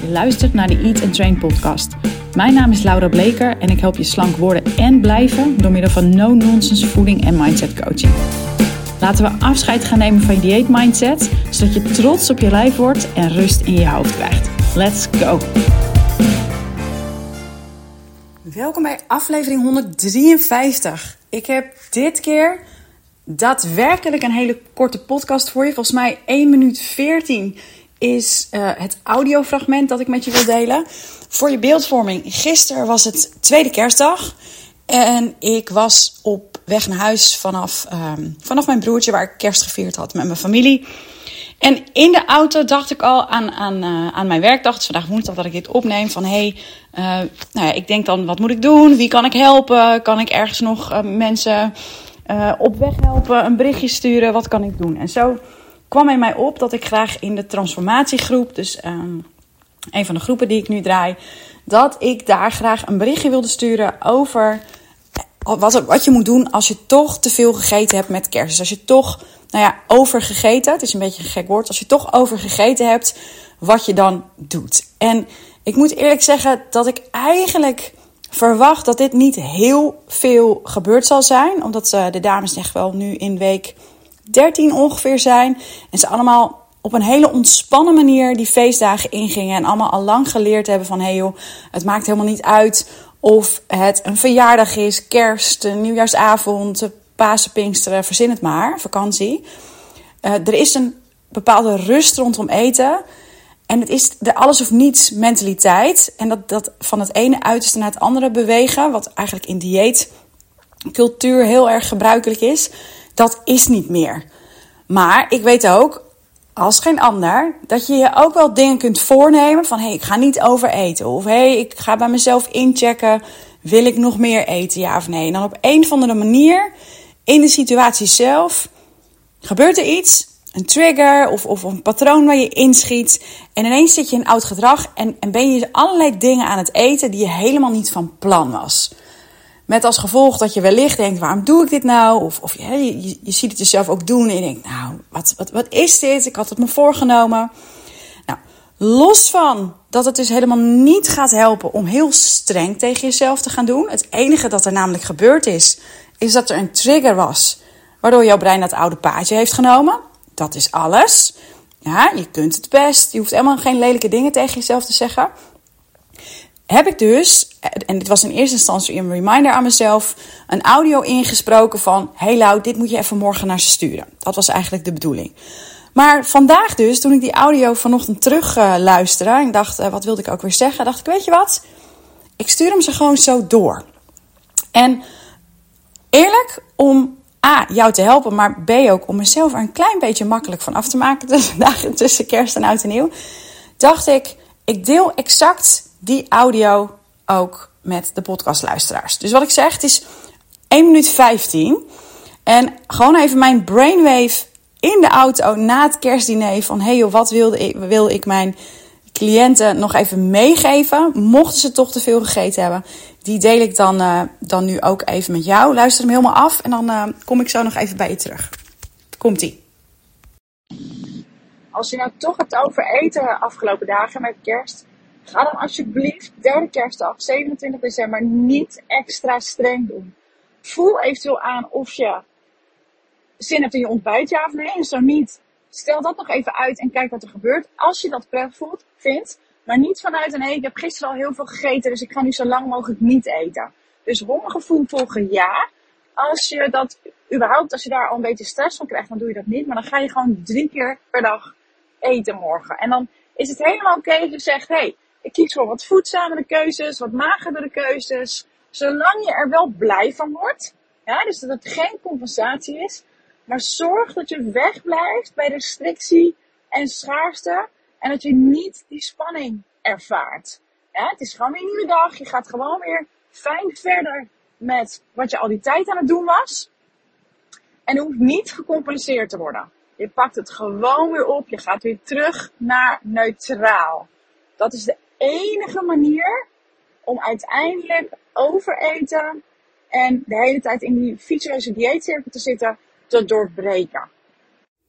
Je luistert naar de Eat and Train podcast. Mijn naam is Laura Bleker en ik help je slank worden en blijven door middel van no-nonsense voeding en mindset coaching. Laten we afscheid gaan nemen van je dieetmindset, zodat je trots op je lijf wordt en rust in je hoofd krijgt. Let's go! Welkom bij aflevering 153. Ik heb dit keer daadwerkelijk een hele korte podcast voor je. Volgens mij 1 minuut 14 is het audiofragment dat ik met je wil delen. Voor je beeldvorming, gisteren was het tweede kerstdag. En ik was op weg naar huis vanaf mijn broertje waar ik kerst gevierd had met mijn familie. En in de auto dacht ik al aan mijn werkdag. Het is vandaag woensdag dat ik dit opneem. Van ik denk dan, wat moet ik doen? Wie kan ik helpen? Kan ik ergens nog mensen op weg helpen? Een berichtje sturen? Wat kan ik doen? En zo kwam in mij op dat ik graag in de transformatiegroep, dus een van de groepen die ik nu draai, dat ik daar graag een berichtje wilde sturen over wat je moet doen als je toch te veel gegeten hebt met kerst. Dus als je toch, overgegeten, het is een beetje een gek woord, als je toch overgegeten hebt, wat je dan doet. En ik moet eerlijk zeggen dat ik eigenlijk verwacht dat dit niet heel veel gebeurd zal zijn, omdat de dames echt wel nu in week 13 ongeveer zijn. En ze allemaal op een hele ontspannen manier die feestdagen ingingen. En allemaal al lang geleerd hebben van het maakt helemaal niet uit of het een verjaardag is, kerst, een nieuwjaarsavond, Pasen, Pinksteren, verzin het maar, vakantie. Er is een bepaalde rust rondom eten. En het is de alles of niets mentaliteit. En dat van het ene uiterste naar het andere bewegen, wat eigenlijk in dieetcultuur heel erg gebruikelijk is, dat is niet meer. Maar ik weet ook, als geen ander, dat je je ook wel dingen kunt voornemen van ik ga niet overeten. Of ik ga bij mezelf inchecken, wil ik nog meer eten, ja of nee? En dan op een of andere manier, in de situatie zelf, gebeurt er iets, een trigger of een patroon waar je inschiet. En ineens zit je in oud gedrag en ben je allerlei dingen aan het eten die je helemaal niet van plan was. Met als gevolg dat je wellicht denkt, waarom doe ik dit nou? Of je ziet het jezelf ook doen en je denkt, wat is dit? Ik had het me voorgenomen. Nou, los van dat het dus helemaal niet gaat helpen om heel streng tegen jezelf te gaan doen. Het enige dat er namelijk gebeurd is dat er een trigger was, waardoor jouw brein dat oude paadje heeft genomen. Dat is alles. Ja, je kunt het best. Je hoeft helemaal geen lelijke dingen tegen jezelf te zeggen. Heb ik dus, en dit was in eerste instantie een reminder aan mezelf, een audio ingesproken van, Lau, dit moet je even morgen naar ze sturen. Dat was eigenlijk de bedoeling. Maar vandaag dus, toen ik die audio vanochtend terug luisterde en ik dacht, wat wilde ik ook weer zeggen? Dacht ik, weet je wat? Ik stuur hem ze gewoon zo door. En eerlijk, om A, jou te helpen, maar B ook om mezelf er een klein beetje makkelijk van af te maken tussen kerst en oud en nieuw, dacht ik deel exact die audio ook met de podcastluisteraars. Dus wat ik zeg, het is 1 minuut 15. En gewoon even mijn brainwave in de auto na het kerstdiner van wat wil ik mijn cliënten nog even meegeven, mochten ze toch te veel gegeten hebben. Die deel ik dan nu ook even met jou. Luister hem helemaal af en dan kom ik zo nog even bij je terug. Komt-ie. Als je nou toch hebt over eten afgelopen dagen met kerst, ga dan alsjeblieft derde kerstdag, 27 december, niet extra streng doen. Voel eventueel aan of je zin hebt in je ontbijt, ja of nee. En zo niet, stel dat nog even uit en kijk wat er gebeurt. Als je dat prettig vindt, maar niet vanuit ik heb gisteren al heel veel gegeten, dus ik ga nu zo lang mogelijk niet eten. Dus hongergevoel volgen ja. Als je daar al een beetje stress van krijgt, dan doe je dat niet. Maar dan ga je gewoon 3 keer per dag eten morgen. En dan is het helemaal oké dat je zegt, ik kies voor wat voedzamere keuzes, wat magerdere keuzes. Zolang je er wel blij van wordt. Ja, dus dat het geen compensatie is. Maar zorg dat je wegblijft bij restrictie en schaarste. En dat je niet die spanning ervaart. Ja, het is gewoon weer een nieuwe dag. Je gaat gewoon weer fijn verder met wat je al die tijd aan het doen was. En er hoeft niet gecompenseerd te worden. Je pakt het gewoon weer op. Je gaat weer terug naar neutraal. Dat is de enige manier om uiteindelijk overeten en de hele tijd in die vicieuze dieetcirkel te zitten, te doorbreken.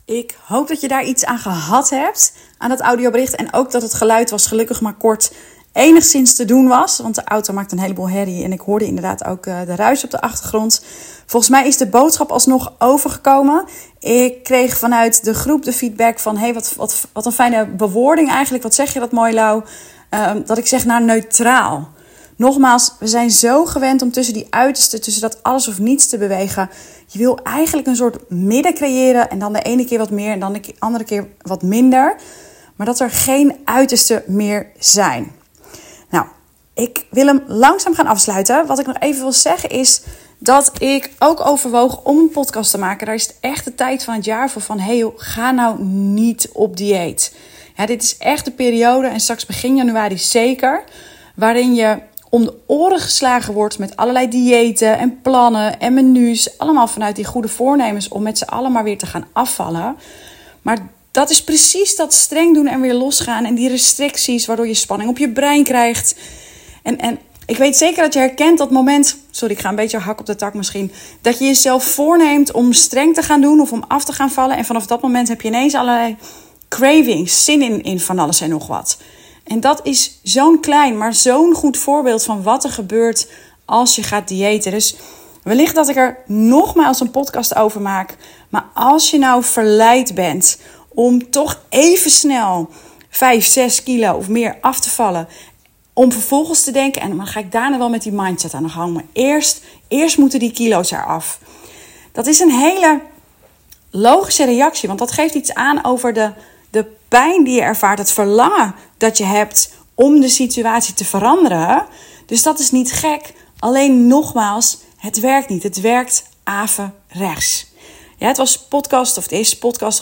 Ik hoop dat je daar iets aan gehad hebt, aan dat audiobericht. En ook dat het geluid was gelukkig maar kort enigszins te doen was. Want de auto maakt een heleboel herrie en ik hoorde inderdaad ook de ruis op de achtergrond. Volgens mij is de boodschap alsnog overgekomen. Ik kreeg vanuit de groep de feedback van... hey, wat een fijne bewoording eigenlijk. Wat zeg je dat mooi, Lau? Dat ik zeg naar neutraal. Nogmaals, we zijn zo gewend om tussen die uitersten, tussen dat alles of niets te bewegen. Je wil eigenlijk een soort midden creëren en dan de ene keer wat meer en dan de andere keer wat minder. Maar dat er geen uitersten meer zijn. Nou, ik wil hem langzaam gaan afsluiten. Wat ik nog even wil zeggen is dat ik ook overwoog om een podcast te maken. Daar is het echt de tijd van het jaar voor van... hey joh, ga nou niet op dieet. Ja, dit is echt de periode, en straks begin januari zeker, waarin je om de oren geslagen wordt met allerlei diëten en plannen en menus. Allemaal vanuit die goede voornemens om met z'n allen maar weer te gaan afvallen. Maar dat is precies dat streng doen en weer losgaan. En die restricties waardoor je spanning op je brein krijgt. En ik weet zeker dat je herkent dat moment... Sorry, ik ga een beetje hak op de tak misschien. Dat je jezelf voorneemt om streng te gaan doen of om af te gaan vallen. En vanaf dat moment heb je ineens allerlei cravings, zin in van alles en nog wat. En dat is zo'n klein, maar zo'n goed voorbeeld van wat er gebeurt als je gaat diëten. Dus wellicht dat ik er nogmaals een podcast over maak. Maar als je nou verleid bent om toch even snel 5, 6 kilo of meer af te vallen, om vervolgens te denken, en dan ga ik daarna wel met die mindset aan de gang. Maar eerst moeten die kilo's eraf. Dat is een hele logische reactie, want dat geeft iets aan over de pijn die je ervaart, het verlangen dat je hebt om de situatie te veranderen. Dus dat is niet gek. Alleen nogmaals, het werkt niet. Het werkt averechts. Ja, het was podcast, of het is podcast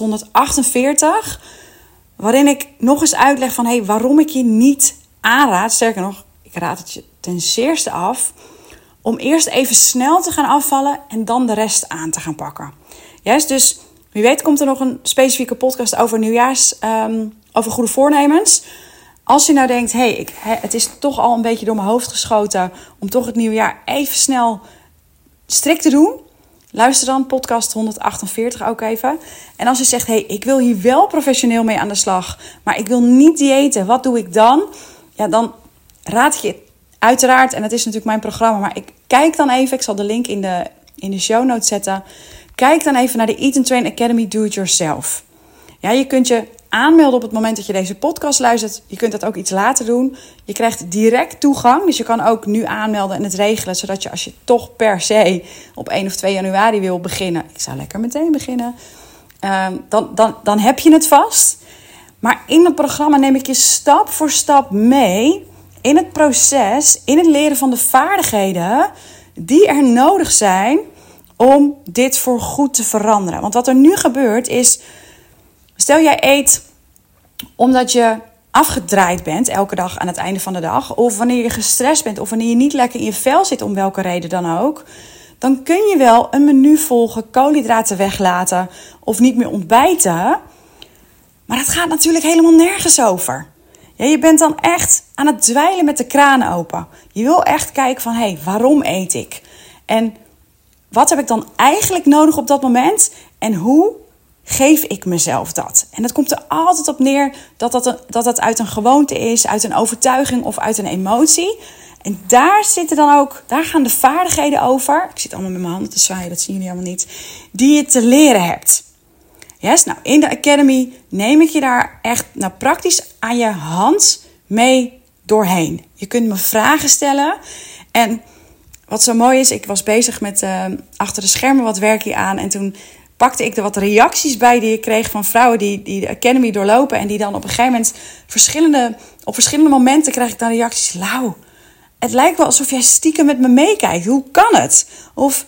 148, waarin ik nog eens uitleg van waarom ik je niet aanraad. Sterker nog, ik raad het je ten zeerste af om eerst even snel te gaan afvallen en dan de rest aan te gaan pakken. Juist, dus wie weet komt er nog een specifieke podcast over over goede voornemens. Als je nou denkt, het is toch al een beetje door mijn hoofd geschoten om toch het nieuwjaar even snel strikt te doen, luister dan podcast 148 ook even. En als je zegt, ik wil hier wel professioneel mee aan de slag, maar ik wil niet diëten, wat doe ik dan? Ja, dan raad ik je uiteraard, en het is natuurlijk mijn programma, maar kijk dan even, ik zal de link in de show notes zetten. Kijk dan even naar de Eat and Train Academy Do It Yourself. Ja, je kunt je aanmelden op het moment dat je deze podcast luistert. Je kunt dat ook iets later doen. Je krijgt direct toegang. Dus je kan ook nu aanmelden en het regelen. Zodat je, als je toch per se op 1 of 2 januari wil beginnen. Ik zou lekker meteen beginnen. Dan heb je het vast. Maar in het programma neem ik je stap voor stap mee. In het proces. In het leren van de vaardigheden die er nodig zijn om dit voor goed te veranderen. Want wat er nu gebeurt is, stel jij eet omdat je afgedraaid bent elke dag aan het einde van de dag, of wanneer je gestrest bent, of wanneer je niet lekker in je vel zit, om welke reden dan ook, dan kun je wel een menu volgen, koolhydraten weglaten of niet meer ontbijten. Maar dat gaat natuurlijk helemaal nergens over. Ja, je bent dan echt aan het dweilen met de kraan open. Je wil echt kijken van, waarom eet ik? En wat heb ik dan eigenlijk nodig op dat moment? En hoe geef ik mezelf dat? En dat komt er altijd op neer dat uit een gewoonte is, uit een overtuiging of uit een emotie. En daar gaan de vaardigheden over. Ik zit allemaal met mijn handen te zwaaien, dat zien jullie allemaal niet. Die je te leren hebt. Yes? Nou, in de Academy neem ik je daar echt praktisch aan je hand mee doorheen. Je kunt me vragen stellen. En wat zo mooi is, ik was bezig met achter de schermen wat werk hier aan. En toen pakte ik er wat reacties bij die ik kreeg van vrouwen die de Academy doorlopen. En die dan op een gegeven moment op verschillende momenten krijg ik dan reacties. Lau, het lijkt wel alsof jij stiekem met me meekijkt. Hoe kan het? Of,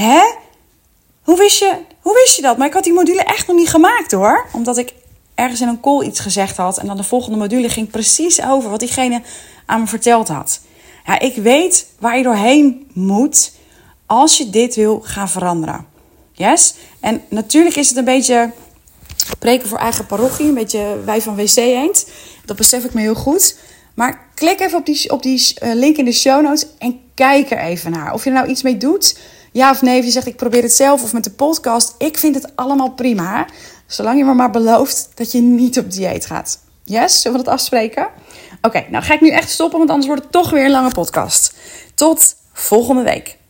hoe wist je dat? Maar ik had die module echt nog niet gemaakt hoor. Omdat ik ergens in een call iets gezegd had. En dan de volgende module ging precies over wat diegene aan me verteld had. Ja, ik weet waar je doorheen moet als je dit wil gaan veranderen. Yes? En natuurlijk is het een beetje preken voor eigen parochie. Een beetje wij van WC Eend. Dat besef ik me heel goed. Maar klik even op die link in de show notes en kijk er even naar. Of je er nou iets mee doet, ja of nee. Of je zegt ik probeer het zelf of met de podcast. Ik vind het allemaal prima. Zolang je maar belooft dat je niet op dieet gaat. Yes? Zullen we dat afspreken? Oké, nou ga ik nu echt stoppen, want anders wordt het toch weer een lange podcast. Tot volgende week.